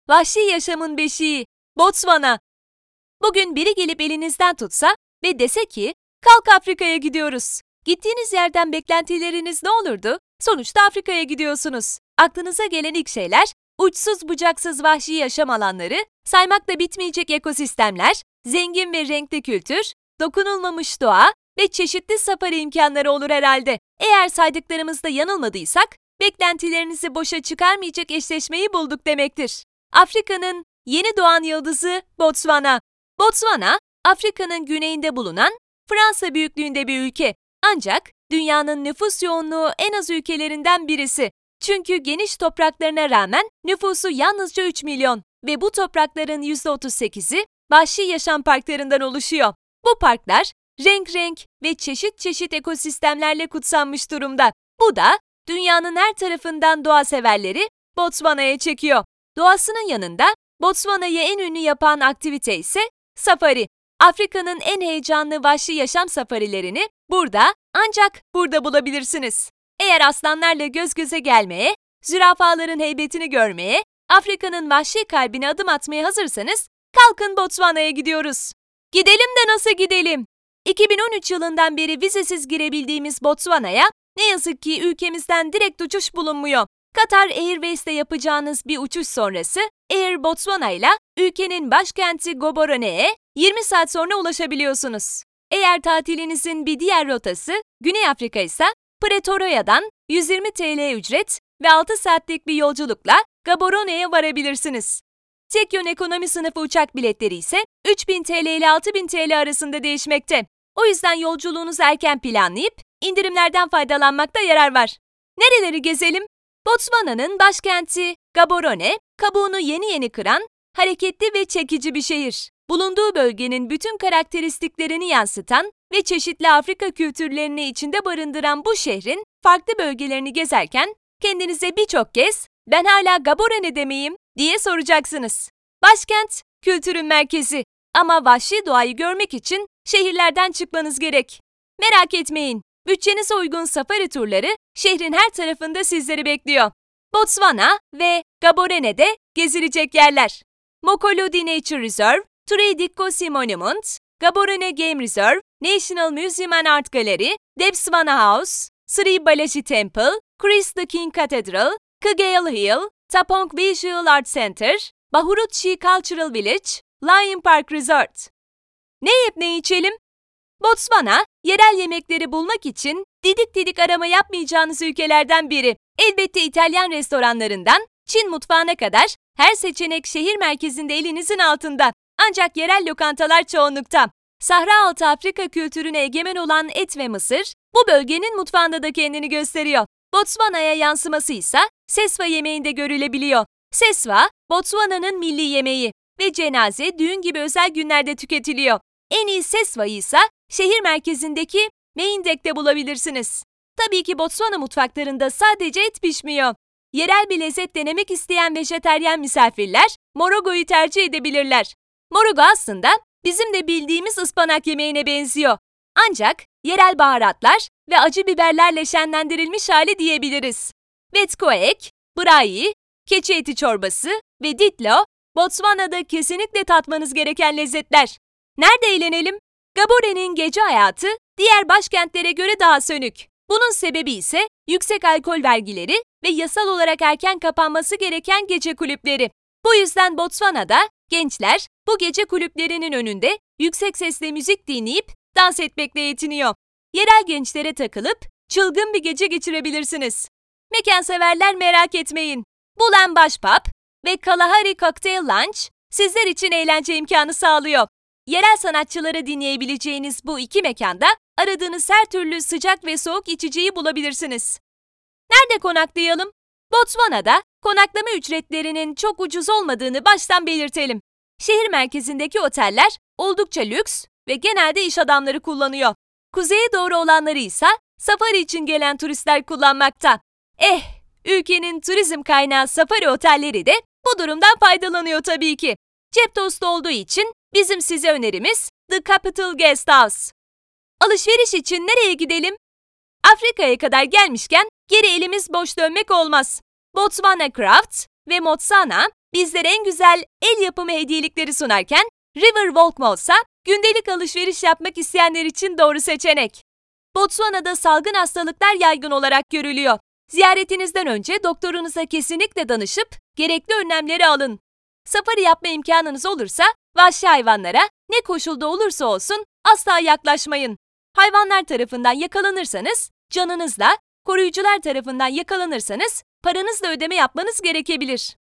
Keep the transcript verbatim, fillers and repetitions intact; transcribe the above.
Vahşi yaşamın beşiği, Botswana. Bugün biri gelip elinizden tutsa ve dese ki, kalk Afrika'ya gidiyoruz. Gittiğiniz yerden beklentileriniz ne olurdu? Sonuçta Afrika'ya gidiyorsunuz. Aklınıza gelen ilk şeyler, uçsuz bucaksız vahşi yaşam alanları, saymakla bitmeyecek ekosistemler, zengin ve renkli kültür, dokunulmamış doğa ve çeşitli safari imkanları olur herhalde. Eğer saydıklarımızda yanılmadıysak, beklentilerinizi boşa çıkarmayacak eşleşmeyi bulduk demektir. Afrika'nın yeni doğan yıldızı Botswana. Botswana, Afrika'nın güneyinde bulunan Fransa büyüklüğünde bir ülke. Ancak dünyanın nüfus yoğunluğu en az ülkelerinden birisi. Çünkü geniş topraklarına rağmen nüfusu yalnızca üç milyon ve bu toprakların yüzde otuz sekizi vahşi yaşam parklarından oluşuyor. Bu parklar renk renk ve çeşit çeşit ekosistemlerle kutsanmış durumda. Bu da dünyanın her tarafından doğa severleri Botswana'ya çekiyor. Doğasının yanında Botswana'yı en ünlü yapan aktivite ise safari. Afrika'nın en heyecanlı vahşi yaşam safarilerini burada, ancak burada bulabilirsiniz. Eğer aslanlarla göz göze gelmeye, zürafaların heybetini görmeye, Afrika'nın vahşi kalbine adım atmaya hazırsanız, kalkın Botswana'ya gidiyoruz. Gidelim de nasıl gidelim? iki bin on üç yılından beri vizesiz girebildiğimiz Botswana'ya ne yazık ki ülkemizden direkt uçuş bulunmuyor. Qatar Airways'te yapacağınız bir uçuş sonrası Air Botswana ile ülkenin başkenti Gaborone yirmi saat sonra ulaşabiliyorsunuz. Eğer tatilinizin bir diğer rotası Güney Afrika ise Pretoria'dan yüz yirmi TL ücret ve altı saatlik bir yolculukla Gaborone'ye varabilirsiniz. Tek yön ekonomi sınıfı uçak biletleri ise üç bin TL ile altı bin TL arasında değişmekte. O yüzden yolculuğunuzu erken planlayıp indirimlerden faydalanmakta yarar var. Nereleri gezelim? Botswana'nın başkenti Gaborone, kabuğunu yeni yeni kıran, hareketli ve çekici bir şehir. Bulunduğu bölgenin bütün karakteristiklerini yansıtan ve çeşitli Afrika kültürlerini içinde barındıran bu şehrin farklı bölgelerini gezerken kendinize birçok kez "ben hala Gaborene'de miyim?" diye soracaksınız. Başkent, kültürün merkezi ama vahşi doğayı görmek için şehirlerden çıkmanız gerek. Merak etmeyin, bütçenize uygun safari turları şehrin her tarafında sizleri bekliyor. Botswana ve Gaborene'de gezilecek yerler: Makolodi Nature Reserve, Three Dikkosi Monument, Gaborone Game Reserve, National Museum and Art Gallery, Debswana House, Sri Balaji Temple, Chris the King Cathedral, Kgale Hill, Tapong Visual Art Center, Bahurutchi Cultural Village, Lion Park Resort. Ne yiyip ne içelim? Botswana, yerel yemekleri bulmak için didik didik arama yapmayacağınız ülkelerden biri. Elbette İtalyan restoranlarından Çin mutfağına kadar her seçenek şehir merkezinde elinizin altında. Ancak yerel lokantalar çoğunlukta. Sahra altı Afrika kültürüne egemen olan et ve mısır, bu bölgenin mutfağında da kendini gösteriyor. Botswana'ya yansıması ise Seswa yemeğinde görülebiliyor. Seswa, Botswana'nın milli yemeği ve cenaze, düğün gibi özel günlerde tüketiliyor. En iyi Seswa'yı ise şehir merkezindeki Main Deck'te bulabilirsiniz. Tabii ki Botswana mutfaklarında sadece et pişmiyor. Yerel bir lezzet denemek isteyen vejeteryan misafirler morogoyu tercih edebilirler. Morogo aslında bizim de bildiğimiz ıspanak yemeğine benziyor. Ancak yerel baharatlar ve acı biberlerle şenlendirilmiş hali diyebiliriz. Wetkoek, braai, keçi eti çorbası ve ditlo, Botswana'da kesinlikle tatmanız gereken lezzetler. Nerede eğlenelim? Gaborene'nin gece hayatı diğer başkentlere göre daha sönük. Bunun sebebi ise yüksek alkol vergileri ve yasal olarak erken kapanması gereken gece kulüpleri. Bu yüzden Botswana'da gençler bu gece kulüplerinin önünde yüksek sesle müzik dinleyip dans etmekle yetiniyor. Yerel gençlere takılıp çılgın bir gece geçirebilirsiniz. Mekanseverler merak etmeyin. Bull Bash Pub ve Kalahari Cocktail Lounge sizler için eğlence imkanı sağlıyor. Yerel sanatçıları dinleyebileceğiniz bu iki mekanda aradığınız her türlü sıcak ve soğuk içeceği bulabilirsiniz. Nerede konaklayalım? Botswana'da konaklama ücretlerinin çok ucuz olmadığını baştan belirtelim. Şehir merkezindeki oteller oldukça lüks ve genelde iş adamları kullanıyor. Kuzeye doğru olanları ise safari için gelen turistler kullanmakta. Eh, ülkenin turizm kaynağı safari otelleri de bu durumdan faydalanıyor tabii ki. Cep dostu olduğu için bizim size önerimiz The Capital Guest House. Alışveriş için nereye gidelim? Afrika'ya kadar gelmişken geri elimiz boş dönmek olmaz. Botswana Crafts ve Motsana bizlere en güzel el yapımı hediyelikleri sunarken Riverwalk Mall'sa gündelik alışveriş yapmak isteyenler için doğru seçenek. Botswana'da salgın hastalıklar yaygın olarak görülüyor. Ziyaretinizden önce doktorunuza kesinlikle danışıp gerekli önlemleri alın. Safari yapma imkanınız olursa vahşi hayvanlara ne koşulda olursa olsun asla yaklaşmayın. Hayvanlar tarafından yakalanırsanız canınızla, koruyucular tarafından yakalanırsanız paranızla ödeme yapmanız gerekebilir.